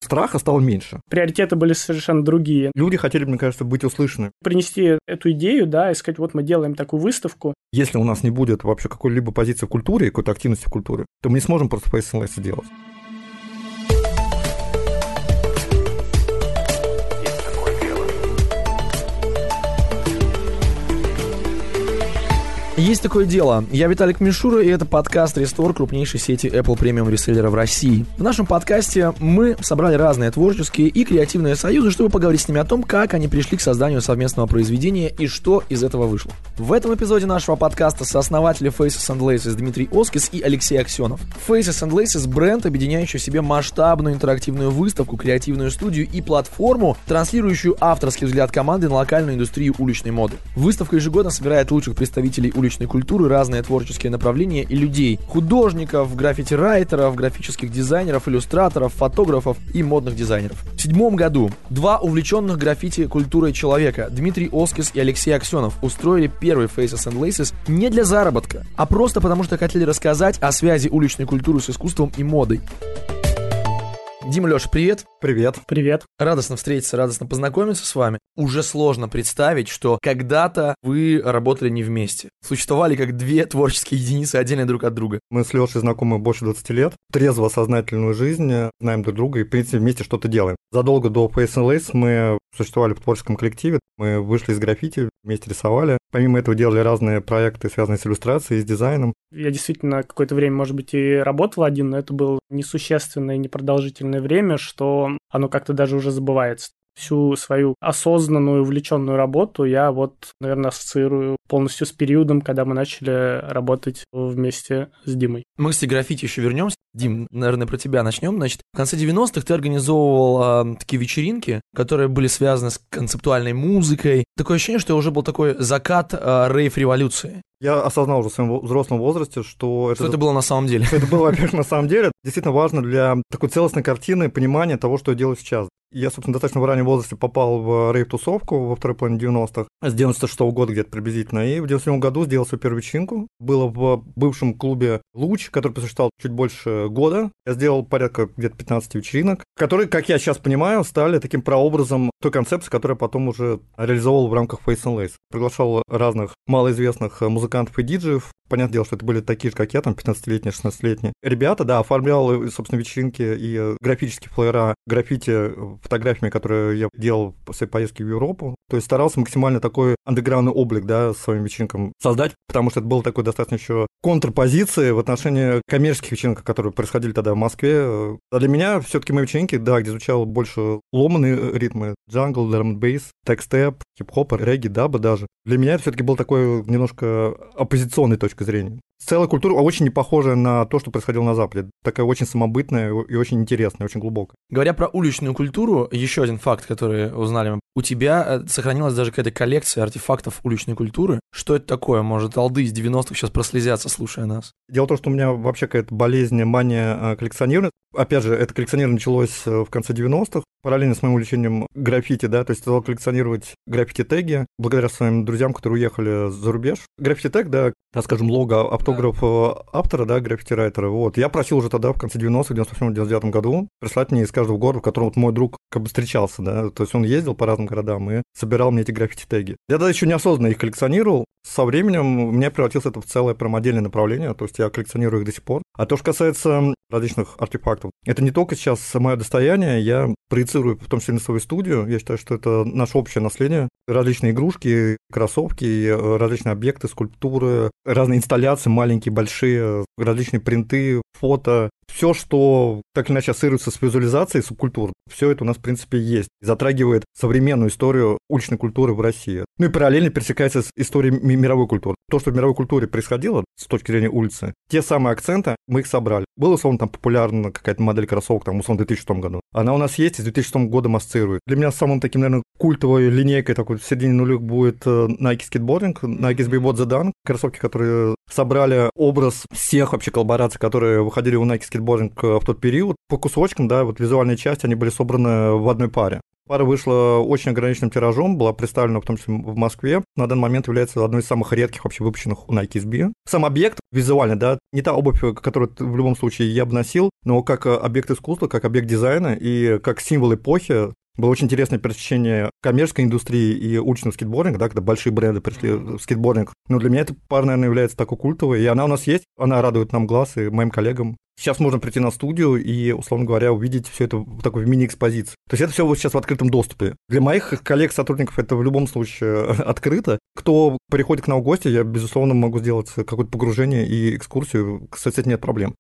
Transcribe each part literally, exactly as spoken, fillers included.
страха стало меньше. Приоритеты были совершенно другие. Люди хотели, мне кажется, быть услышаны. Принести эту идею, да, и сказать, вот мы делаем такую выставку. Если у нас не будет вообще какой-либо позиции в культуре, какой-то активности в культуре, то мы не сможем просто Face and Laces делать. Есть такое дело. Я Виталик Мишура, и это подкаст Restore, крупнейшей сети Apple премиум реселлера в России. В нашем подкасте мы собрали разные творческие и креативные союзы, чтобы поговорить с ними о том, как они пришли к созданию совместного произведения и что из этого вышло. В этом эпизоде нашего подкаста сооснователи Faces and Laces Дмитрий Оскис и Алексей Аксенов. Faces and Laces — бренд, объединяющий в себе масштабную интерактивную выставку, креативную студию и платформу, транслирующую авторский взгляд команды на локальную индустрию уличной моды. Выставка ежегодно собирает лучших представителей уличной культуры, разные творческие направления и людей: художников, граффити-райтеров, графических дизайнеров, иллюстраторов, фотографов и модных дизайнеров. В седьмом году два увлеченных граффити культурой человека, Дмитрий Оскис и Алексей Аксенов, устроили первый Faces and Laces не для заработка, а просто потому, что хотели рассказать о связи уличной культуры с искусством и модой. Дима, Леша, привет. Привет. Привет. Радостно встретиться, радостно познакомиться с вами. Уже сложно представить, что когда-то вы работали не вместе. Существовали как две творческие единицы, отдельные друг от друга. Мы с Лешей знакомы больше двадцати лет. Трезво сознательную жизнь, знаем друг друга и, в принципе, вместе что-то делаем. Задолго до Face and Laces мы существовали в творческом коллективе. Мы вышли из граффити, вместе рисовали. Помимо этого делали разные проекты, связанные с иллюстрацией, с дизайном. Я действительно какое-то время, может быть, и работал один, но это было несущественное, непродолжительное время, что оно как-то даже уже забывается. Всю свою осознанную, увлеченную работу я вот, наверное, ассоциирую полностью с периодом, когда мы начали работать вместе с Димой. Мы, кстати, к граффити еще вернемся. Дим, наверное, про тебя начнем. Значит, в конце девяностых ты организовывал э, такие вечеринки, которые были связаны с концептуальной музыкой. Такое ощущение, что уже был такой закат э, рейв-революции. Я осознал уже в своем взрослом возрасте, что... Что это, это было на самом деле. Что это было, во-первых, на самом деле. Действительно важно для такой целостной картины понимания того, что я делаю сейчас. Я, собственно, достаточно в раннем возрасте попал в рейв-тусовку во второй половине девяностых, с девяносто шестого года где-то приблизительно, и в девяносто седьмом году сделал свою первую вечеринку. Было в бывшем клубе «Луч», который просуществовал чуть больше года. Я сделал порядка где-то пятнадцати вечеринок, которые, как я сейчас понимаю, стали таким прообразом той концепции, которую я потом уже реализовал в рамках Face and Laces. Приглашал разных малоизвестных музыкантов и диджеев. Понятное дело, что это были такие же, как я, там, пятнадцатилетние, шестнадцатилетние ребята, да, оформлял, собственно, вечеринки и графические флеера, граффити фотографиями, которые я делал по своей поездке в Европу. То есть старался максимально такой андеграундный облик, да, своим вечеринкам создать, потому что это было такой достаточно еще контрпозиции в отношении коммерческих вечеринок, которые происходили тогда в Москве. А для меня все-таки мои вечеринки, да, где звучало больше ломаные ритмы, джангл, драм энд бейс, текстеп, хип-хоп, регги, даба даже. Для меня это все-таки был такой немножко оппозиционной точкой зрения. Целая культура очень не похожая на то, что происходило на Западе. Такая очень самобытная и очень интересная, очень глубокая. Говоря про уличную культуру, еще один факт, который узнали мы. У тебя сохранилась даже какая-то коллекция артефактов уличной культуры. Что это такое? Может, олды из девяностых сейчас прослезятся, слушая нас? Дело в том, что у меня вообще какая-то болезнь, мания коллекционирования. Опять же, это коллекционирование началось в конце девяностых, параллельно с моим увлечением граффити, да, то есть стал коллекционировать граффити-теги благодаря своим друзьям, которые уехали за рубеж. Граффити-тег, да, так скажем, лого, автограф автора, да, граффити-райтера. Вот. Я просил уже тогда, в конце девяностых, девяносто восьмом девяносто девятом году, прислать мне из каждого города, в котором вот мой друг как бы встречался, да, то есть он ездил по разным городам и собирал мне эти граффити-теги. Я тогда еще неосознанно их коллекционировал. Со временем у меня превратилось это в целое прям отдельное направление, то есть я коллекционирую их до сих пор. А то, что касается различных артефактов, это не только сейчас мое достояние, я проецирую в том числе на свою студию. Я считаю, что это наше общее наследие. Различные игрушки, кроссовки, различные объекты, скульптуры, разные инсталляции, маленькие, большие, различные принты, фото. Все, что так или иначе ассоциируется с визуализацией субкультур, все это у нас, в принципе, есть. Затрагивает современную историю уличной культуры в России. Ну и параллельно пересекается с историей мировой культуры. То, что в мировой культуре происходило с точки зрения улицы, те самые акценты мы их собрали. Была, условно, там популярна какая-то модель кроссовок, там, условно, в две тысячи шестом году. Она у нас есть и с две тысячи шестым годом ассоциирует. Для меня самым таким, наверное, культовой линейкой такой в середине нулевых будет Nike Skateboarding, Nike Speedboard The Dunk, кроссовки, которые собрали образ всех вообще коллабораций, которые выходили у Nike Skateboarding в тот период. По кусочкам, да, вот визуальные части, они были собраны в одной паре. Пара вышла очень ограниченным тиражом, была представлена в том числе в Москве. На данный момент является одной из самых редких вообще выпущенных у Nike эс би. Сам объект визуально, да, не та обувь, которую в любом случае я бы носил, но как объект искусства, как объект дизайна и как символ эпохи. Было очень интересное пересечение коммерческой индустрии и уличного скейтбординга, да, когда большие бренды пришли в скейтбординг. Но для меня эта пара, наверное, является такой культовой, и она у нас есть, она радует нам глаз и моим коллегам. Сейчас можно прийти на студию и, условно говоря, увидеть все это в такой мини-экспозиции. То есть это все сейчас в открытом доступе. Для моих коллег, сотрудников это в любом случае открыто. Кто приходит к нам в гости, я, безусловно, могу сделать какое-то погружение и экскурсию. Кстати, с этим нет проблем.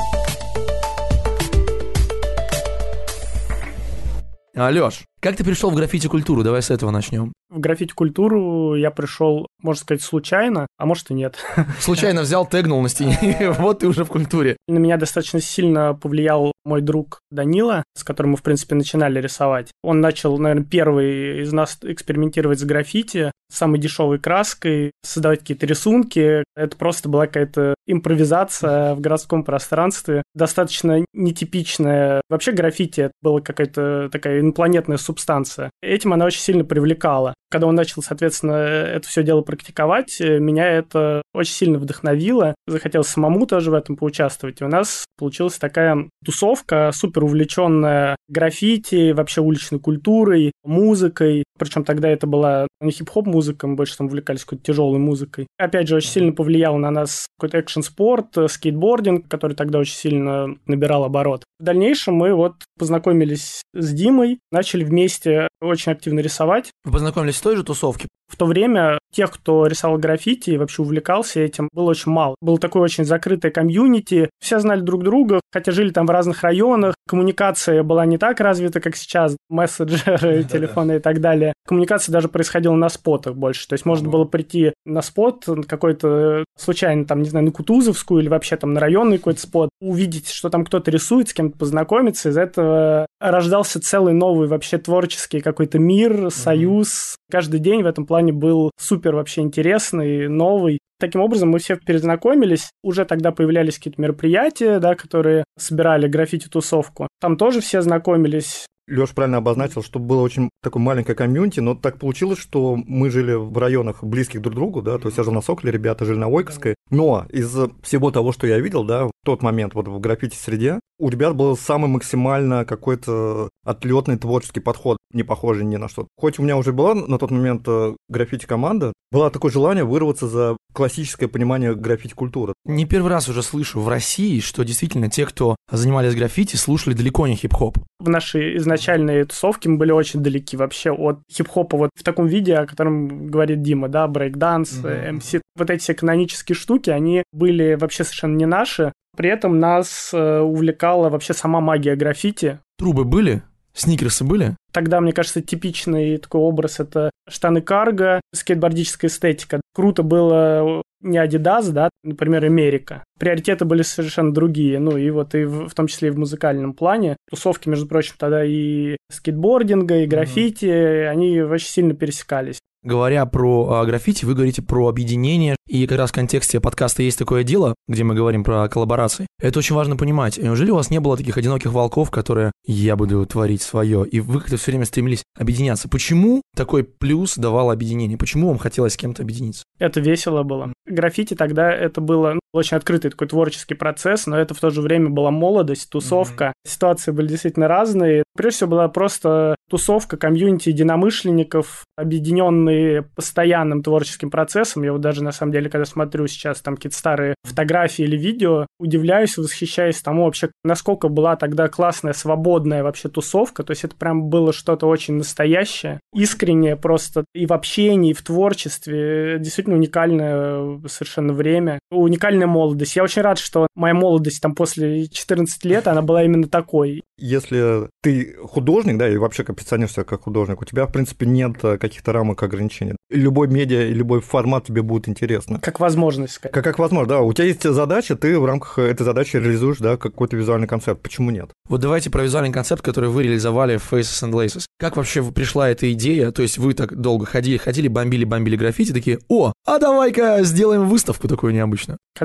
Алёш, как ты пришел в граффити-культуру? Давай с этого начнем. В граффити-культуру я пришел, можно сказать, случайно, а может и нет. Случайно взял, тегнул на стене, вот ты уже в культуре. На меня достаточно сильно повлиял мой друг Данила, с которым мы, в принципе, начинали рисовать. Он начал, наверное, первый из нас экспериментировать с граффити, самой дешевой краской, создавать какие-то рисунки. Это просто была какая-то импровизация в городском пространстве, достаточно нетипичная. Вообще граффити — это была какая-то такая инопланетная субстанция. Этим она очень сильно привлекала. Когда он начал, соответственно, это все дело практиковать, меня это очень сильно вдохновило. Захотелось самому тоже в этом поучаствовать. И у нас получилась такая тусовка, супер увлеченная граффити, вообще уличной культурой, музыкой. Причем тогда это была не хип-хоп музыка, мы больше там увлекались какой-то тяжелой музыкой. Опять же, очень сильно повлиял на нас какой-то экшн-спорт, скейтбординг, который тогда очень сильно набирал оборот. В дальнейшем мы вот познакомились с Димой, начали вместе очень активно рисовать. Вы познакомились в той же тусовке? В то время тех, кто рисовал граффити и вообще увлекался этим, было очень мало. Было такое очень закрытое комьюнити, все знали друг друга, хотя жили там в разных районах, коммуникация была не так развита, как сейчас, мессенджеры, телефоны и так далее. Коммуникация даже происходила на спотах больше, то есть можно было прийти на спот какой-то случайно, там, не знаю, на Кутузовскую или вообще там на районный какой-то спот, увидеть, что там кто-то рисует, с кем-то познакомиться, из этого рождался целый новый вообще творческий какой-то мир, союз. Каждый день в этом плане был супер вообще интересный, новый. Таким образом, мы все перезнакомились, уже тогда появлялись какие-то мероприятия, да, которые собирали граффити-тусовку. Там тоже все знакомились. Лёш правильно обозначил, что было очень такое маленькое комьюнити, но так получилось, что мы жили в районах близких друг к другу, да, то есть я жил на Соколе, ребята жили на Ойковской, но из всего того, что я видел, да, в тот момент вот в граффити-среде, у ребят был самый максимально какой-то отлетный творческий подход, не похожий ни на что. Хоть у меня уже была на тот момент граффити-команда, было такое желание вырваться за классическое понимание граффити-культуры. Не первый раз уже слышу в России, что действительно те, кто занимались граффити, слушали далеко не хип-хоп. В нашей изначальной тусовке мы были очень далеки вообще от хип-хопа вот в таком виде, о котором говорит Дима, да, брейк-данс, mm-hmm. эм си. Вот эти все канонические штуки, они были вообще совершенно не наши. При этом нас э, увлекала вообще сама магия граффити. Трубы были? Сникерсы были? Тогда, мне кажется, типичный такой образ — это штаны карго, скейтбордическая эстетика. Круто было не Adidas, да, например, Америка. Приоритеты были совершенно другие, ну и вот и в, в том числе и в музыкальном плане. Тусовки, между прочим, тогда и скейтбординга, и граффити, mm-hmm. они очень сильно пересекались. Говоря про а, граффити, вы говорите про объединение, и как раз в контексте подкаста «Есть такое дело», где мы говорим про коллаборации. Это очень важно понимать. Неужели у вас не было таких одиноких волков, которые «я буду творить свое», и вы как-то все время стремились объединяться? Почему такой плюс давал объединение? Почему вам хотелось с кем-то объединиться? Это весело было. Граффити тогда это было ну, очень открытый такой творческий процесс, но это в то же время была молодость, тусовка. Mm-hmm. Ситуации были действительно разные. Прежде всего была просто тусовка, комьюнити единомышленников, объединенные постоянным творческим процессом. Я вот даже на самом деле, когда смотрю сейчас там какие-то старые фотографии или видео, удивляюсь, восхищаюсь тому вообще, насколько была тогда классная, свободная вообще тусовка. То есть это прям было что-то очень настоящее, искреннее просто и в общении, и в творчестве. Действительно уникальное совершенно время, уникальная молодость. Я очень рад, что моя молодость там после четырнадцати лет, она была именно такой. Если ты художник, да, и вообще позиционируешь себя как художник, у тебя, в принципе, нет каких-то рамок ограничений. Любой медиа и любой формат тебе будет интересно. Как возможность. Как, как возможность, да. У тебя есть задача, ты в рамках этой задачи реализуешь, да, какой-то визуальный концепт. Почему нет? Вот давайте про визуальный концепт, который вы реализовали в Faces and Laces. Как вообще пришла эта идея? То есть вы так долго ходили, ходили, бомбили, бомбили граффити, такие, о, а давай-ка сделаем выставку такую необычную. Когда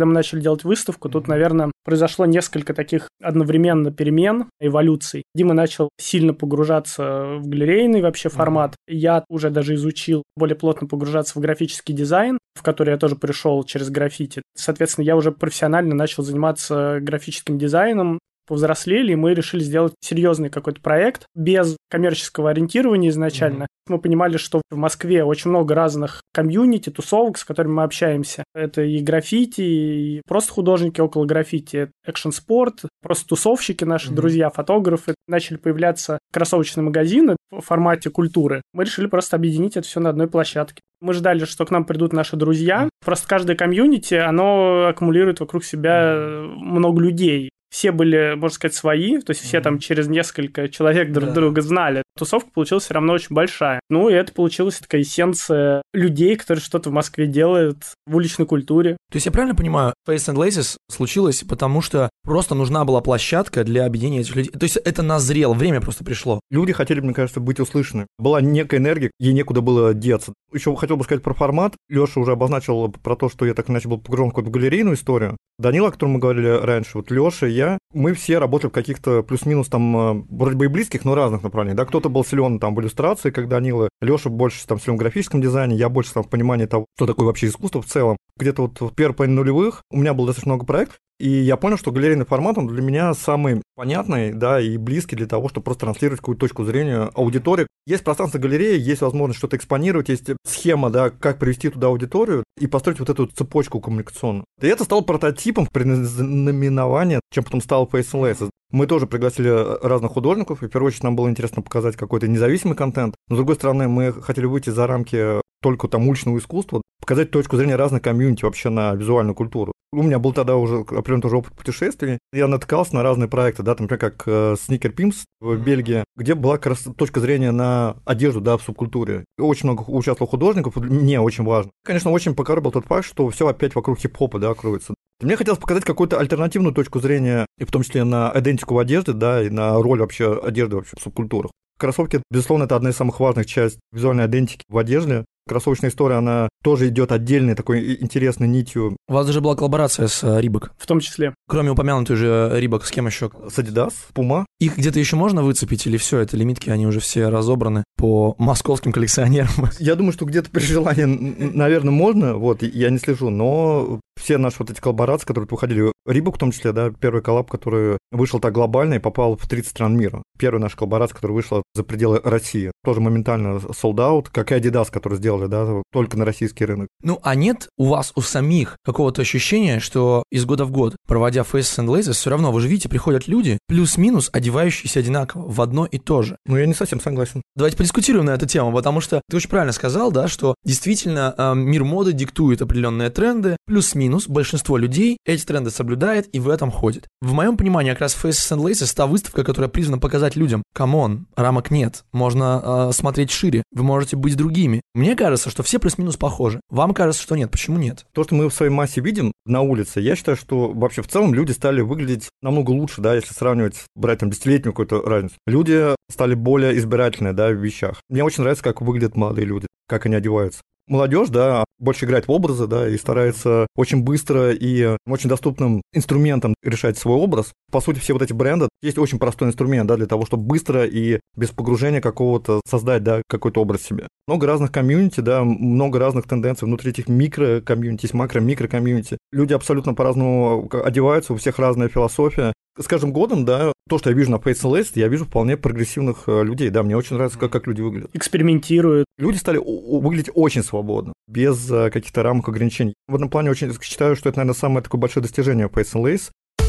когда мы начали делать выставку, тут, наверное, произошло несколько таких одновременно перемен, эволюций. Дима начал сильно погружаться в галерейный вообще формат. Я уже даже изучил более плотно погружаться в графический дизайн, в который я тоже пришел через граффити. Соответственно, я уже профессионально начал заниматься графическим дизайном, повзрослели, и мы решили сделать серьезный какой-то проект без коммерческого ориентирования изначально. Mm-hmm. Мы понимали, что в Москве очень много разных комьюнити, тусовок, с которыми мы общаемся. Это и граффити, и просто художники около граффити, экшн-спорт, просто тусовщики, наши mm-hmm. друзья, фотографы. Начали появляться кроссовочные магазины в формате культуры. Мы решили просто объединить это все на одной площадке. Мы ждали, что к нам придут наши друзья. Просто каждое комьюнити, оно аккумулирует вокруг себя много людей. Все были, можно сказать, свои, то есть все там через несколько человек друг да. друга знали. Тусовка получилась все равно очень большая. Ну, и это получилась такая эссенция людей, которые что-то в Москве делают в уличной культуре. То есть я правильно понимаю, Face and Laces случилось, потому что просто нужна была площадка для объединения этих людей? То есть это назрело, время просто пришло? Люди хотели, мне кажется, быть услышаны. Была некая энергия, ей некуда было деться. Еще хотел бы сказать про формат. Леша уже обозначил про то, что я так иначе был погружен в какую-то галерейную историю. Данила, о котором мы говорили раньше, вот Леша и я, мы все работали в каких-то плюс-минус там вроде бы и близких, но разных направлениях. Да? Кто-то был силен там в иллюстрации, как Данила, Леша больше там силен в графическом дизайне, я больше там в понимании того, что такое вообще искусство в целом. Где-то вот в первой половине нулевых у меня было достаточно много проектов, и я понял, что галерейный формат, он для меня самый понятный, да, и близкий для того, чтобы просто транслировать какую-то точку зрения аудитории. Есть пространство галереи, есть возможность что-то экспонировать, есть схема, да, как привести туда аудиторию и построить вот эту цепочку коммуникационную. И это стало прототипом предзнаменования, чем потом стал Face and Laces. Мы тоже пригласили разных художников, и в первую очередь нам было интересно показать какой-то независимый контент, но с другой стороны мы хотели выйти за рамки только там уличного искусства, показать точку зрения разных комьюнити вообще на визуальную культуру. У меня был тогда уже определенный тоже опыт путешествий. Я натыкался на разные проекты, да, там, например, как Sneaker Pimps в Бельгии, где была как раз точка зрения на одежду, да, в субкультуре. Очень много участвовало художников, мне очень важно. Конечно, очень покоробил тот факт, что все опять вокруг хип-хопа, да, крутится. Мне хотелось показать какую-то альтернативную точку зрения, и в том числе на идентику в одежде, да, и на роль вообще одежды вообще в субкультурах. Кроссовки, безусловно, это одна из самых важных частей визуальной идентики в одежде. Кроссовочная история, она тоже идет отдельной такой интересной нитью. У вас даже была коллаборация с Reebok. В том числе. Кроме упомянутой уже Reebok, с кем еще? С Adidas, Puma. Их где-то еще можно выцепить или все, это лимитки, они уже все разобраны по московским коллекционерам? Я думаю, что где-то при желании, наверное, можно, вот, я не слежу, но все наши вот эти коллаборации, которые выходили, Reebok в том числе, да, первый коллаб, который вышел так глобально и попал в тридцать стран мира. Первая наша коллаборация, которая вышла за пределы России. Тоже моментально sold out, как и Adidas, который сделали, да, только на российский рынок. Ну, а нет у вас, у самих, какого-то ощущения, что из года в год, проводя Faces and Laces, все равно, вы же видите, приходят люди, плюс-минус одевающиеся одинаково, в одно и то же? Ну, я не совсем согласен. Давайте подискутируем на эту тему, потому что ты очень правильно сказал, да, что действительно э, мир моды диктует определенные тренды, плюс-минус большинство людей эти тренды соблюдает и в этом ходит. В моем понимании, как раз Faces and Laces — та выставка, которая призвана показать людям: камон, рамок нет, можно э, смотреть шире, вы можете быть другими. Мне кажется, что все плюс-минус похожи. Вам кажется, что нет. Почему нет? То, что мы в своей массе видим на улице, я считаю, что вообще в целом люди стали выглядеть намного лучше, да, если сравнивать, брать там десятилетнюю какую-то разницу. Люди стали более избирательные, да, в вещах. Мне очень нравится, как выглядят молодые люди, как они одеваются. Молодежь, да, больше играет в образы, да, и старается очень быстро и очень доступным инструментом решать свой образ. По сути, все вот эти бренды, есть очень простой инструмент, да, для того, чтобы быстро и без погружения какого-то создать, да, какой-то образ себе. Много разных комьюнити, да, много разных тенденций внутри этих микро-комьюнити, есть макро-микро-комьюнити. Люди абсолютно по-разному одеваются, у всех разная философия. С каждым годом, да, то, что я вижу на Face and Laces, я вижу вполне прогрессивных людей, да, мне очень нравится, как, как люди выглядят. Экспериментируют. Люди стали выглядеть очень свободно, без каких-то рамок, ограничений. В этом плане очень считаю, что это, наверное, самое такое большое достижение Face and Laces.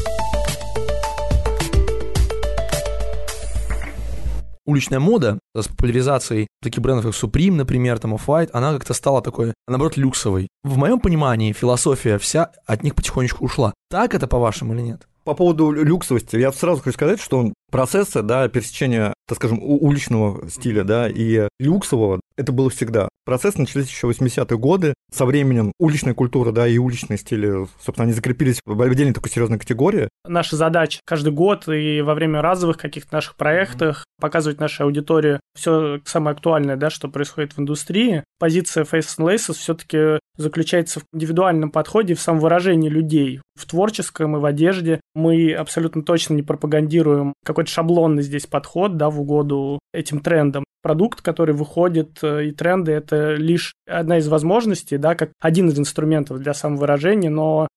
Уличная мода с популяризацией таких брендов, как Supreme, например, там Off-White, она как-то стала такой, наоборот, люксовой. В моем понимании философия вся от них потихонечку ушла. Так это, по-вашему, или нет? По поводу люксовости, я сразу хочу сказать, что процессы, да, пересечения, так скажем, уличного стиля, да, и люксового, это было всегда. Процессы начались еще в восьмидесятые годы, со временем уличная культура, да, и уличные стили, собственно, они закрепились в отдельной такой серьезной категории. Наша задача каждый год и во время разовых каких-то наших проектах mm-hmm. показывать нашей аудитории все самое актуальное, да, что происходит в индустрии. Позиция Faces and Laces все-таки заключается в индивидуальном подходе, в самовыражении людей. В творческом и в одежде мы абсолютно точно не пропагандируем какой-то шаблонный здесь подход, да, в угоду этим трендам. Продукт, который выходит, и тренды – это лишь одна из возможностей, да, как один из инструментов для самовыражения, но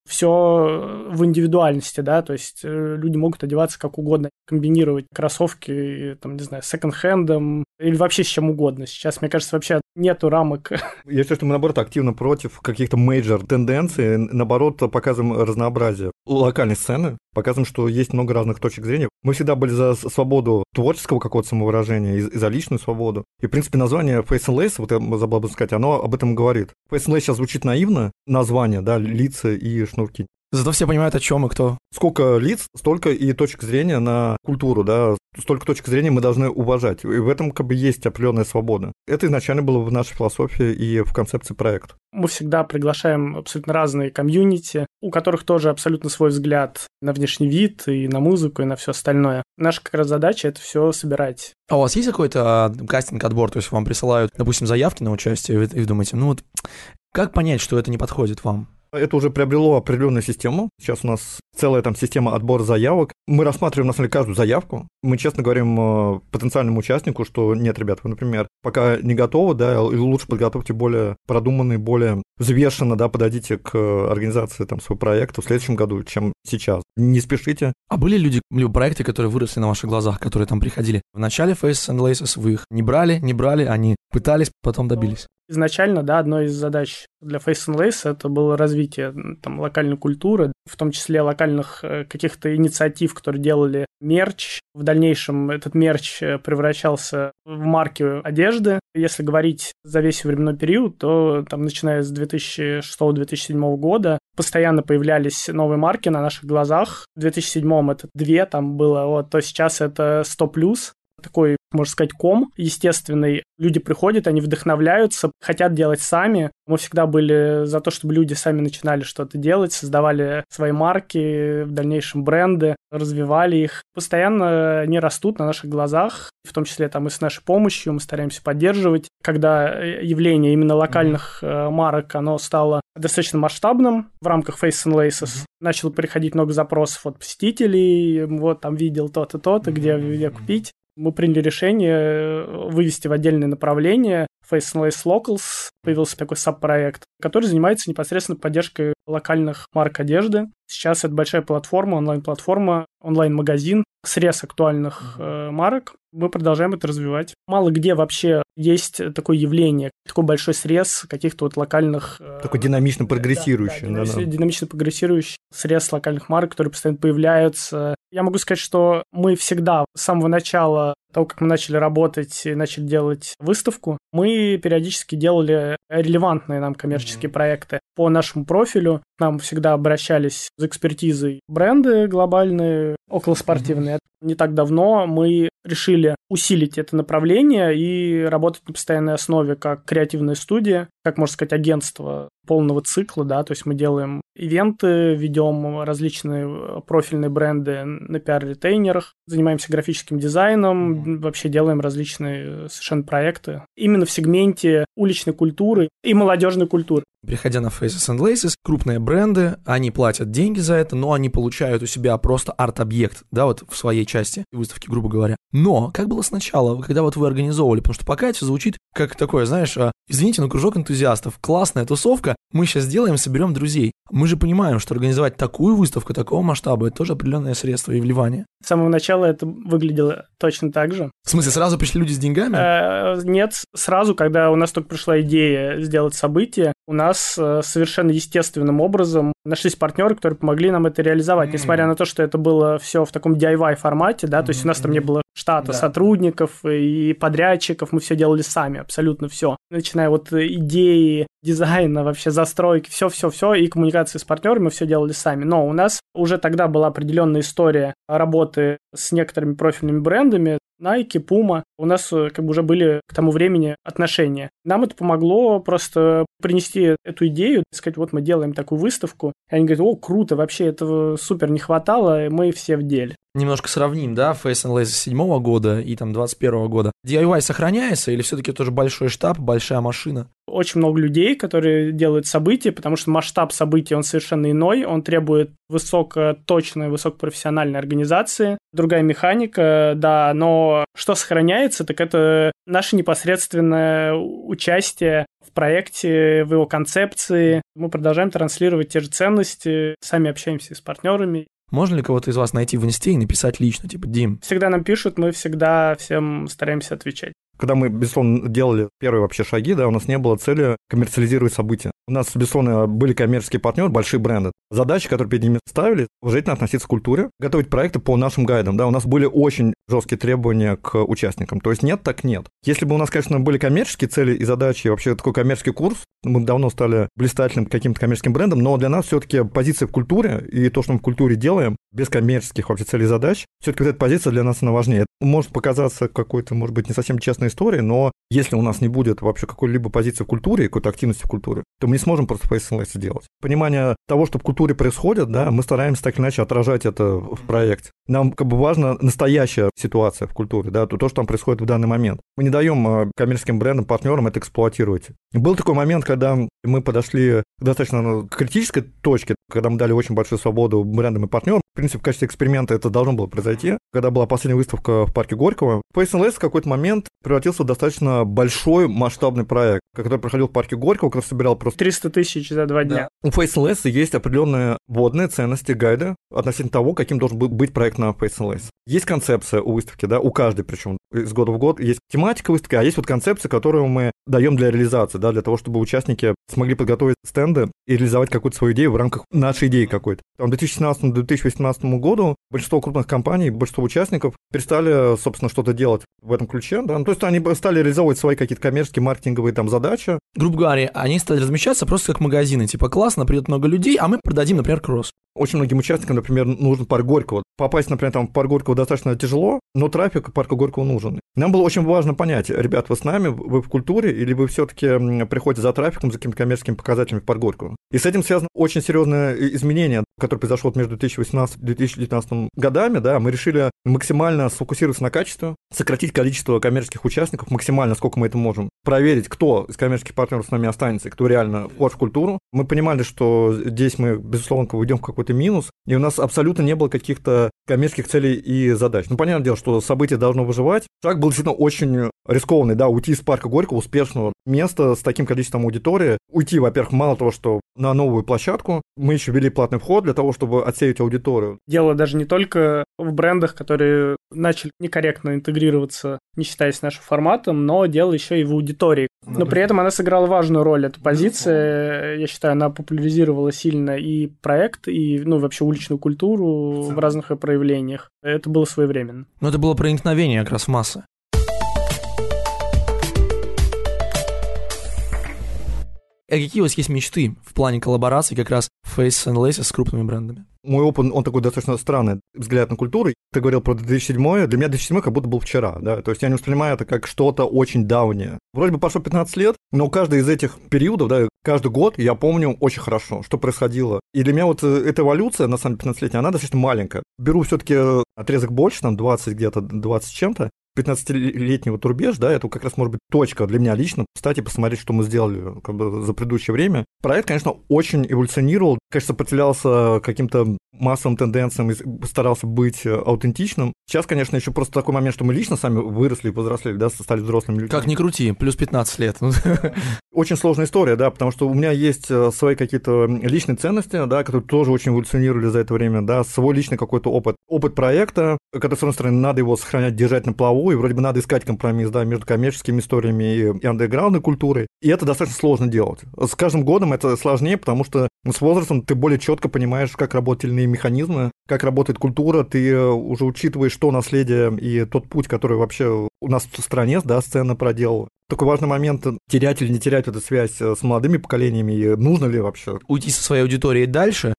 все в индивидуальности, да, то есть люди могут одеваться как угодно, комбинировать кроссовки, там, не знаю, с секонд-хендом или вообще с чем угодно. Сейчас, мне кажется, вообще нету рамок. Я считаю, что мы, наоборот, активно против каких-то мейджор тенденций, наоборот, показываем разнообразие локальной сцены, показываем, что есть много разных точек зрения. Мы всегда были за свободу творческого какого-то самовыражения и за личную свободу. И, в принципе, название Face and Lace, вот я забыл бы сказать, оно об этом говорит. Face and Lace сейчас звучит наивно, название, да, лица и шнурки. Зато все понимают, о чем и кто. Сколько лиц, столько и точек зрения на культуру, да, столько точек зрения мы должны уважать. И в этом как бы есть определенная свобода. Это изначально было в нашей философии и в концепции проекта. Мы всегда приглашаем абсолютно разные комьюнити, у которых тоже абсолютно свой взгляд на внешний вид и на музыку, и на все остальное. Наша как раз задача — это все собирать. А у вас есть какой-то кастинг-отбор? То есть вам присылают, допустим, заявки на участие, и вы думаете, ну вот как понять, что это не подходит вам? Это уже приобрело определенную систему. Сейчас у нас целая там система отбора заявок. Мы рассматриваем, на самом деле, каждую заявку. Мы честно говорим потенциальному участнику, что нет, ребят, вы, например, пока не готовы, да, лучше подготовьте более продуманный, более взвешенно, да, подойдите к организации там своего проекта в следующем году, чем сейчас. Не спешите. А были люди, либо проекты, которые выросли на ваших глазах, которые там приходили? В начале Faces and Laces вы их не брали, не брали, они пытались, потом добились? Изначально, да, одной из задач для Faces and Laces это было развитие там локальной культуры, в том числе локальных каких-то инициатив, которые делали мерч. В дальнейшем этот мерч превращался в марки одежды. Если говорить за весь временной период, то там, начиная с две тысячи шестого - две тысячи седьмого года постоянно появлялись новые марки на наших глазах. В две тысячи седьмом это две, там было, вот, то сейчас это сто плюс. Такой, можно сказать, ком естественный. Люди приходят, они вдохновляются, хотят делать сами. Мы всегда были за то, чтобы люди сами начинали что-то делать, создавали свои марки, в дальнейшем бренды, развивали их. Постоянно они растут на наших глазах, в том числе там и с нашей помощью мы стараемся поддерживать. Когда явление именно локальных mm-hmm. марок, оно стало достаточно масштабным в рамках Faces and Laces, mm-hmm. начало приходить много запросов от посетителей, вот там видел то-то, то-то, mm-hmm. где, где купить. Мы приняли решение вывести в отдельное направление Faces and Laces Locals. Появился такой саб-проект, который занимается непосредственно поддержкой локальных марк одежды. Сейчас это большая платформа, онлайн-платформа, онлайн-магазин, срез актуальных э, марок. Мы продолжаем это развивать. Мало где вообще есть такое явление, такой большой срез каких-то вот локальных... Э, такой динамично прогрессирующий. Да, да, динамично, динамично прогрессирующий срез локальных марок, которые постоянно появляются. Я могу сказать, что мы всегда с самого начала того, как мы начали работать и начали делать выставку, мы периодически делали релевантные нам коммерческие mm-hmm. проекты по нашему профилю. К нам всегда обращались за экспертизой бренды глобальные, околоспортивные. Mm-hmm. Не так давно мы решили усилить это направление и работать на постоянной основе как креативная студия, как, можно сказать, агентство полного цикла, да, то есть мы делаем ивенты, ведем различные профильные бренды на пиар-ретейнерах, занимаемся графическим дизайном, mm-hmm. вообще делаем различные совершенно проекты именно в сегменте уличной культуры и молодежной культуры. Приходя на Faces and Laces, крупные бренды, они платят деньги за это, но они получают у себя просто арт-объект, да, вот в своей части выставки, грубо говоря. Но как было сначала, когда вот вы организовывали, потому что пока это все звучит как такое, знаешь, извините, но кружок энтузиастов, классная тусовка, мы сейчас сделаем, соберем друзей. Мы же понимаем, что организовать такую выставку, такого масштаба, это тоже определенное средство и вливание. С самого начала это выглядело точно так же. В смысле, сразу пришли люди с деньгами? Э, нет, сразу, когда у нас только пришла идея сделать событие, у нас э, совершенно естественным образом нашлись партнеры, которые помогли нам это реализовать. Mm-hmm. Несмотря на то, что это было все в таком ди ай вай формате, да, mm-hmm. то есть у нас там не было штата да. сотрудников и подрядчиков, мы все делали сами, абсолютно все. Начиная от идеи, дизайна, вообще застройки, все-все-все, и коммуникации с партнерами мы все делали сами. Но у нас уже тогда была определенная история работы с некоторыми профильными брендами, Nike, Puma, у нас как бы уже были к тому времени отношения. Нам это помогло просто принести эту идею, сказать, вот мы делаем такую выставку. И они говорят, о, круто, вообще этого супер не хватало, и мы все в деле. Немножко сравним, да, Face and Lace седьмого года и там двадцать первого года. ди ай вай сохраняется или все-таки тоже большой штаб, большая машина? Очень много людей, которые делают события, потому что масштаб событий, он совершенно иной, он требует высокоточной, высокопрофессиональной организации, другая механика, да, но что сохраняется, так это наше непосредственное участие в проекте, в его концепции. Мы продолжаем транслировать те же ценности, сами общаемся с партнерами. Можно ли кого-то из вас найти в инсте и написать лично, типа, Дим? Всегда нам пишут, мы всегда всем стараемся отвечать. Когда мы, безусловно, делали первые вообще шаги, да, у нас не было цели коммерциализировать события. У нас, безусловно, были коммерческие партнеры, большие бренды. Задачи, которые перед ними ставили, уважительно относиться к культуре, готовить проекты по нашим гайдам. Да, у нас были очень жесткие требования к участникам. То есть нет, так нет. Если бы у нас, конечно, были коммерческие цели и задачи, и вообще такой коммерческий курс, мы давно стали блистательным каким-то коммерческим брендом, но для нас все-таки позиция в культуре и то, что мы в культуре делаем, без коммерческих вообще целей и задач, все-таки вот эта позиция для нас она важнее. Может показаться какой-то, может быть, не совсем честной историей, но если у нас не будет вообще какой-либо позиции в культуре, какой-то активности в культуре, то мы не сможем просто Face and Lace делать. Понимание того, что в культуре происходит, да, мы стараемся так или иначе отражать это в проекте. Нам как бы важна настоящая ситуация в культуре, да, то, что там происходит в данный момент. Мы не даем коммерческим брендам, партнерам это эксплуатировать. Был такой момент, когда мы подошли к достаточно критической точке, когда мы дали очень большую свободу брендам и партнерам. В принципе, в качестве эксперимента это должно было произойти. Когда была последняя выставка в парке Горького, Face and Lace в какой-то момент превратился в достаточно большой масштабный проект, который проходил в парке Горького, который собирал просто триста тысяч за два дня. Да. У Face and Lace есть определенные вводные ценности, гайды относительно того, каким должен быть проект на Face and Lace. Есть концепция у выставки, да, у каждой, причем из года в год. Есть тематика выставки, а есть вот концепция, которую мы даем для реализации, да, для того, чтобы участники смогли подготовить стенды и реализовать какую-то свою идею в рамках нашей идеи какой-то. Там, в две тысячи шестнадцатому - две тысячи восемнадцатому году большинство крупных компаний, большинство участников перестали, собственно, что-то делать в этом ключе, да, ну, то есть они стали реализовывать свои какие-то коммерческие, маркетинговые там задачи. Грубо говоря, они стали размещаться просто как магазины, типа, классно, придет много людей, а мы продадим, например, кросс. Очень многим участникам, например, нужен парк Горького. Попасть, например, там в парк Горького достаточно тяжело, но трафик парка Горького нужен. Нам было очень важно понять, ребят, вы с нами, вы в культуре, или вы все-таки приходите за трафиком, за какими-то коммерческими показателями в парк Горького. И с этим связано очень серьезное изменение, которое произошло между две тысячи восемнадцатым и две тысячи девятнадцатым годами. Да, мы решили максимально сфокусироваться на качестве, сократить количество коммерческих участников максимально, сколько мы это можем, проверить, кто из коммерческих партнеров с нами останется, кто реально вхож в культуру. Мы понимали, что здесь мы, безусловно, уйдем в какой-то минус, и у нас абсолютно не было каких-то коммерческих целей и задач. Ну, понятное дело, что событие должно выживать. Шаг был действительно очень рискованный, да, уйти из парка Горького, успешного места с таким количеством аудитории. Уйти, во-первых, мало того, что на новую площадку, мы еще ввели платный вход для того, чтобы отсеять аудиторию. Дело даже не только в брендах, которые начали некорректно интегрироваться, не считаясь нашим форматом, но дело еще и в аудитории. Но при этом она сыграла важную роль. Эта позиция, я считаю, она популяризировала сильно и проект, и, ну, вообще уличную культуру в разных ее проявлениях. Это было своевременно. Но это было проникновение как раз в массы. А какие у вас есть мечты в плане коллаборации как раз Face and Lace с крупными брендами? Мой опыт, он такой достаточно странный взгляд на культуру. Ты говорил про две тысячи седьмой, для меня две тысячи седьмой как будто был вчера, да, то есть я не воспринимаю это как что-то очень давнее. Вроде бы прошло пятнадцать лет, но каждый из этих периодов, да, каждый год я помню очень хорошо, что происходило. И для меня вот эта эволюция, на самом деле, пятнадцатилетняя, она достаточно маленькая. Беру все-таки отрезок больше, там двадцать где-то, двадцать с чем-то, пятнадцатилетний вот рубеж, да, это как раз может быть точка для меня лично, кстати, посмотреть, что мы сделали как бы за предыдущее время. Проект, конечно, очень эволюционировал, конечно, сопротивлялся каким-то массовым тенденциям и старался быть аутентичным. Сейчас, конечно, еще просто такой момент, что мы лично сами выросли и повзрослели, да, стали взрослыми людьми. Как ни крути, плюс пятнадцать лет. Очень сложная история, да, потому что у меня есть свои какие-то личные ценности, да, которые тоже очень эволюционировали за это время, да, свой личный какой-то опыт. Опыт проекта, который, с одной стороны, надо его сохранять, держать на плаву, и вроде бы надо искать компромисс, да, между коммерческими историями и андеграундной культурой, и это достаточно сложно делать. С каждым годом это сложнее, потому что с возрастом ты более четко понимаешь, как работают иные механизмы, как работает культура, ты уже учитываешь то наследие и тот путь, который вообще у нас в стране, да, сцена проделала. Такой важный момент, терять или не терять эту связь с молодыми поколениями, и нужно ли вообще уйти со своей аудиторией дальше,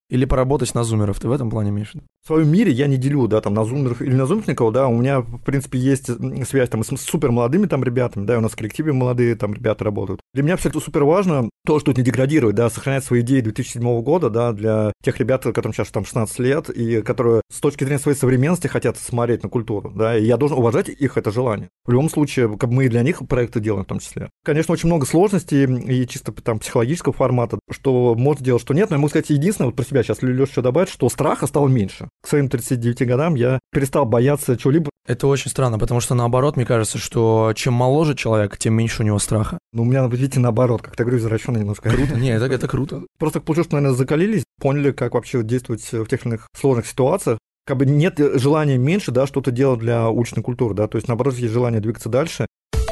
Или поработать на зумеров, ты в этом плане имеешь? В своем мире я не делю, да, там, на зумеров или на зумерников, да, у меня, в принципе, есть связь там с супер молодыми там ребятами, да, у нас в коллективе молодые там ребята работают. Для меня все-таки супер важно то, что это не деградирует, да, сохранять свои идеи две тысячи седьмого года, да, для тех ребят, которым сейчас там шестнадцать лет, и которые с точки зрения своей современности хотят смотреть на культуру, да, и я должен уважать их это желание. В любом случае, как мы и для них проекты делаем в том числе. Конечно, очень много сложностей и чисто там психологического формата, что можно делать, что нет, но я могу сказать единственное, вот про себя сейчас Леша что добавить, что страха стало меньше. К своим тридцати девяти годам я перестал бояться чего-либо. Это очень странно, потому что наоборот, мне кажется, что чем моложе человек, тем меньше у него страха. Ну, у меня, видите, наоборот, как-то говорю, извращенно немножко. Круто, не, это, это круто. Просто получилось, что, наверное, закалились, поняли, как вообще действовать в тех или иных сложных ситуациях. Как бы нет желания меньше, да, что-то делать для уличной культуры, да, то есть, наоборот, есть желание двигаться дальше.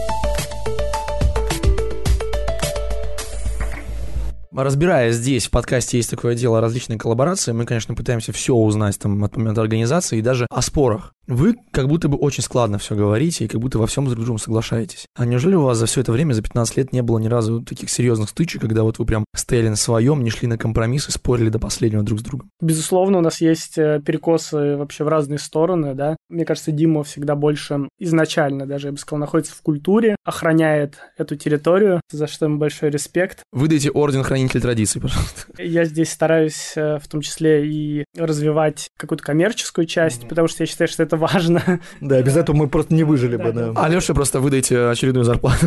Разбирая здесь, в подкасте есть такое дело, различные коллаборации, мы, конечно, пытаемся все узнать там от момента организации и даже о спорах. Вы как будто бы очень складно все говорите и как будто во всем с друг другом соглашаетесь. А неужели у вас за все это время, за пятнадцать лет, не было ни разу таких серьезных стычек, когда вот вы прям стояли на своем, не шли на компромиссы, спорили до последнего друг с другом? Безусловно, у нас есть перекосы вообще в разные стороны, да. Мне кажется, Дима всегда больше изначально, даже, я бы сказал, находится в культуре, охраняет эту территорию, за что ему большой респект. Выдайте орден хранитель традиций, пожалуйста. Я здесь стараюсь в том числе и развивать какую-то коммерческую часть, mm-hmm. потому что я считаю, что это важно. Да, без этого мы просто не выжили бы, да. А Лёше просто выдайте очередную зарплату.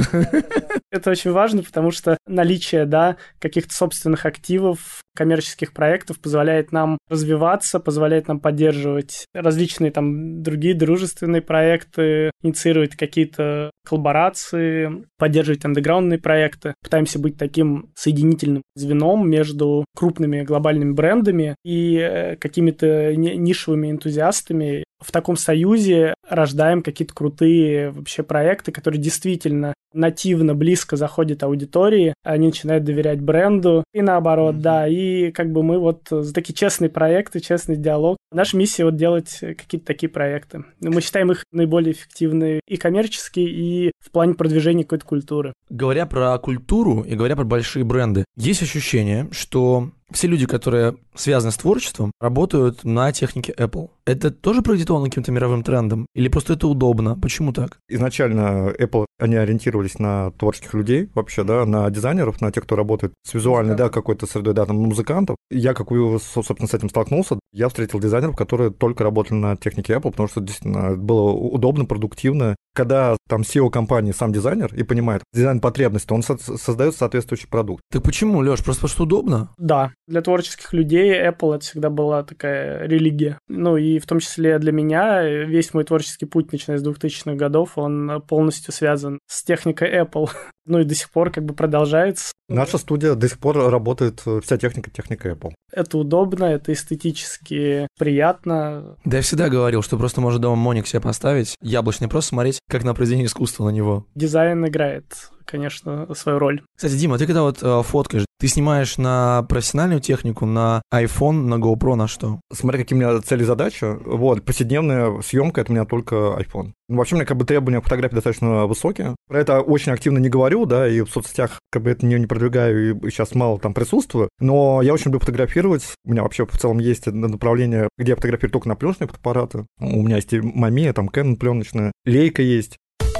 Это очень важно, потому что наличие, да, каких-то собственных активов, коммерческих проектов позволяет нам развиваться, позволяет нам поддерживать различные там другие дружественные проекты, инициировать какие-то коллаборации, поддерживать андеграундные проекты. Пытаемся быть таким соединительным звеном между крупными глобальными брендами и какими-то нишевыми энтузиастами. В таком союзе рождаем какие-то крутые вообще проекты, которые действительно нативно, близко заходят аудитории, они начинают доверять бренду, и наоборот, mm-hmm. да, и как бы мы вот за такие честные проекты, честный диалог. Наша миссия вот делать какие-то такие проекты. Мы считаем их наиболее эффективными и коммерчески, и в плане продвижения какой-то культуры. Говоря про культуру и говоря про большие бренды, есть ощущение, что все люди, которые связаны с творчеством, работают на технике Apple. Это тоже продиктовано каким-то мировым трендом? Или просто это удобно? Почему так? Изначально Apple, они ориентировались на творческих людей вообще, да, на дизайнеров, на тех, кто работает с визуальной, да, какой-то средой, да, там, музыкантов. Я, как вы, собственно, с этим столкнулся, я встретил дизайнеров, которые только работали на технике Apple, потому что действительно было удобно, продуктивно. Когда там си и о компании сам дизайнер и понимает дизайн-потребности, то он со- создает соответствующий продукт. Так почему, Лёш? Просто потому что удобно? Да. Для творческих людей Apple это всегда была такая религия. Ну и в том числе для меня весь мой творческий путь, начиная с двухтысячных годов, он полностью связан с техникой Apple. Ну и до сих пор как бы продолжается. Наша студия до сих пор работает, вся техника, техника Apple. Это удобно, это эстетически приятно. Да я всегда говорил, что просто можно дома моник себе поставить, яблочный, просто смотреть, как на произведение искусства на него. Дизайн играет, конечно, свою роль. Кстати, Дима, ты когда вот э, фоткаешь, ты снимаешь на профессиональную технику, на iPhone, на GoPro, на что? Смотря какие у меня цели и задачи. Вот, повседневная съемка — это у меня только iPhone. Вообще, у меня как бы требования фотографии достаточно высокие. Про это очень активно не говорю, да, и в соцсетях как бы это не, не продвигаю, и сейчас мало там присутствую. Но я очень люблю фотографировать. У меня вообще в целом есть направление, где я фотографирую только на пленочные фотоаппараты. У меня есть и Mamiya, там Canon пленочная, Leica есть.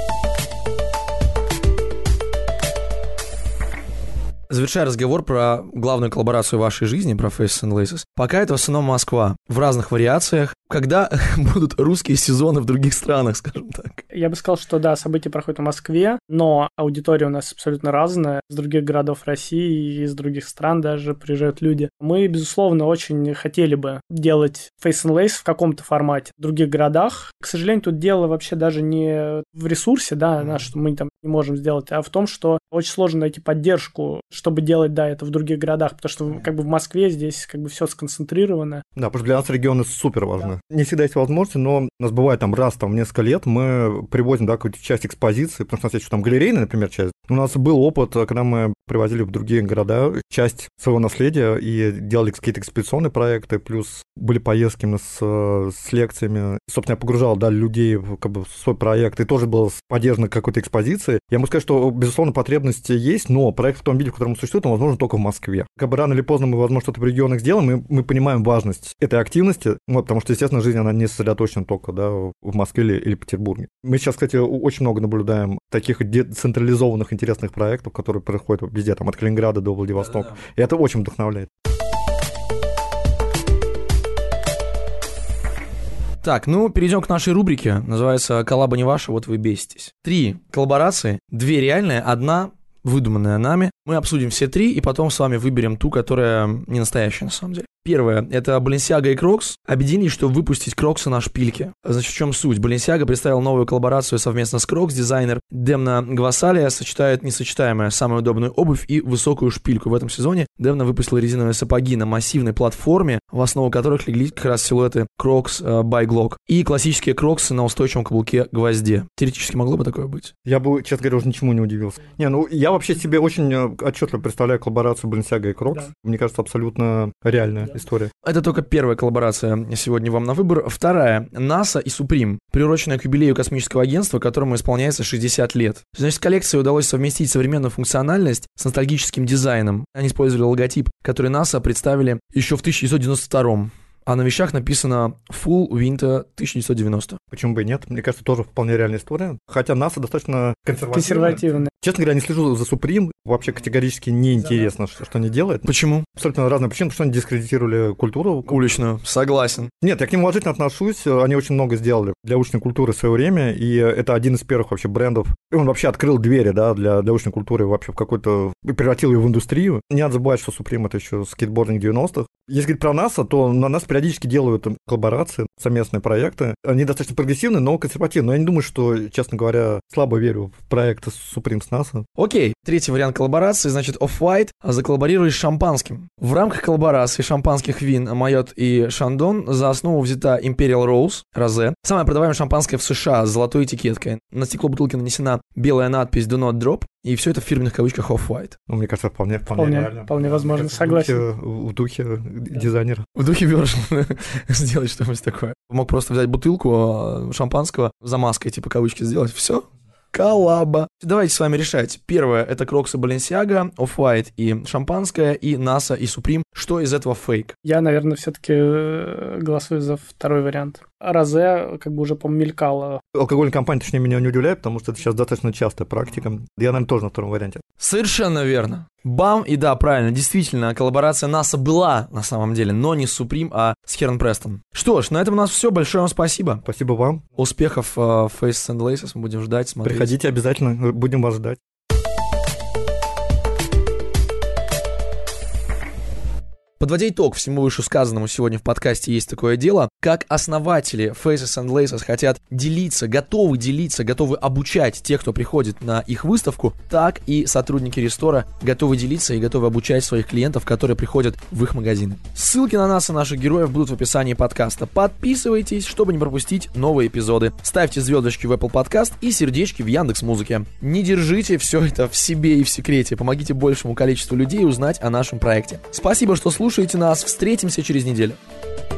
Завершая разговор про главную коллаборацию в вашей жизни, про Faces and Laces, пока это в основном Москва, в разных вариациях. Когда будут русские сезоны в других странах, скажем так? Я бы сказал, что да, события проходят в Москве, но аудитория у нас абсолютно разная. Из других городов России и из других стран даже приезжают люди. Мы, безусловно, очень хотели бы делать Faces and Laces в каком-то формате в других городах. К сожалению, тут дело вообще даже не в ресурсе, да, на что мы там не можем сделать, а в том, что очень сложно найти поддержку, чтобы делать, да, это в других городах, потому что как бы в Москве здесь как бы все сконцентрировано. Да, потому что для нас регионы супер важны. Да. Не всегда есть возможность, но у нас бывает там раз там в несколько лет мы привозим, да, какую-то часть экспозиции, потому что у нас есть еще там галерейная, например, часть. У нас был опыт, когда мы привозили в другие города часть своего наследия и делали какие-то экспедиционные проекты, плюс были поездки с, с лекциями. Собственно, я погружал, да, людей в, как бы, в свой проект, и тоже было поддержано какой-то экспозицией. Я могу сказать, что, безусловно, потребности есть, но проект в том виде, в котором которому существует, он возможен только в Москве. Как бы рано или поздно мы, возможно, что-то в регионах сделаем, мы, мы понимаем важность этой активности, ну, потому что, естественно, жизнь, она не сосредоточена только, да, в Москве или, или Петербурге. Мы сейчас, кстати, очень много наблюдаем таких децентрализованных интересных проектов, которые происходят везде, там, от Калининграда до Владивостока. Да, да. И это очень вдохновляет. Так, ну, перейдем к нашей рубрике. Называется «Коллаба не ваша, вот вы беситесь». Три коллаборации, две реальные, одна выдуманная нами. Мы обсудим все три, и потом с вами выберем ту, которая не настоящая на самом деле. Первое, это Balenciaga и Crocs объединились, чтобы выпустить кроксы на шпильке. Значит, в чем суть? Balenciaga представил новую коллаборацию совместно с Crocs. Дизайнер Демна Гвасалия сочетает несочетаемое, самую удобную обувь и высокую шпильку. В этом сезоне Демна выпустила резиновые сапоги на массивной платформе, в основу которых легли как раз силуэты Crocs uh, by Glock и классические Кроксы на устойчивом каблуке-гвозде. Теоретически могло бы такое быть? Я бы, честно говоря, уже ничему не удивился. Не, ну, я вообще себе очень отчетливо представляю коллаборацию Balenciaga и Crocs. Да. Мне кажется, абсолютно реальная история. Это только первая коллаборация сегодня вам на выбор. Вторая. NASA и Supreme, приуроченная к юбилею космического агентства, которому исполняется шестьдесят лет. Значит, коллекции удалось совместить современную функциональность с ностальгическим дизайном. Они использовали логотип, который NASA представили еще в тысяча девятьсот девяносто втором. А на вещах написано Full Winter тысяча девятьсот девяносто. Почему бы и нет? Мне кажется, тоже вполне реальная история. Хотя NASA достаточно консервативная. Консервативная. Честно говоря, не слежу за Supreme. Вообще категорически неинтересно, что, что они делают. Почему? Абсолютно разные причины, потому что они дискредитировали культуру. Уличную. Согласен. Нет, я к ним уважительно отношусь. Они очень много сделали для уличной культуры в свое время. И это один из первых вообще брендов. И он вообще открыл двери, да, для, для уличной культуры вообще в какой-то... превратил ее в индустрию. Не надо забывать, что Supreme — это еще скейтбординг девяностых. Если говорить про NASA, то на нас периодически делают коллаборации, совместные проекты. Они достаточно прогрессивные, но консервативные. Но я не думаю, что, честно говоря, слабо верю в проект Supreme с NASA. Окей, третий вариант коллаборации, значит, Off-White заколлаборировали с шампанским. В рамках коллаборации шампанских вин Майот и Шандон за основу взята Imperial Rose, розе. Самое продаваемое шампанское в США с золотой этикеткой. На стекло бутылки нанесена белая надпись Do Not Drop. И все это в фирменных кавычках Off-White. Ну, мне кажется, вполне, вполне, вполне реально. Вполне возможно, кажется, согласен. В духе, в духе дизайнера. В духе Virgil сделать что-нибудь такое. Мог просто взять бутылку шампанского, замазкой типа кавычки сделать. Все. Коллаба. Давайте с вами решать. Первое — это Crocs и Balenciaga, Off-White и шампанское, и NASA и Supreme. Что из этого фейк? Я, наверное, все-таки голосую за второй вариант. Розе как бы уже помелькало. Алкогольная компания, точнее, меня не удивляет, потому что это сейчас достаточно частая практика. Я, наверное, тоже на втором варианте. Совершенно верно. Бам, и да, правильно, действительно, коллаборация NASA была на самом деле, но не с Supreme, а с Heron Preston. Что ж, на этом у нас все. Большое вам спасибо. Спасибо вам. Успехов в uh, Faces and Laces. Мы будем ждать, смотреть. Приходите обязательно, будем вас ждать. Подводя итог всему вышесказанному сегодня в подкасте «Есть такое дело», как основатели Faces and Laces хотят делиться, готовы делиться, готовы обучать тех, кто приходит на их выставку, так и сотрудники рестора готовы делиться и готовы обучать своих клиентов, которые приходят в их магазины. Ссылки на нас и наших героев будут в описании подкаста. Подписывайтесь, чтобы не пропустить новые эпизоды. Ставьте звездочки в Apple Podcast и сердечки в Яндекс.Музыке. Не держите все это в себе и в секрете. Помогите большему количеству людей узнать о нашем проекте. Спасибо, что слушаете. Слушайте нас. Встретимся через неделю.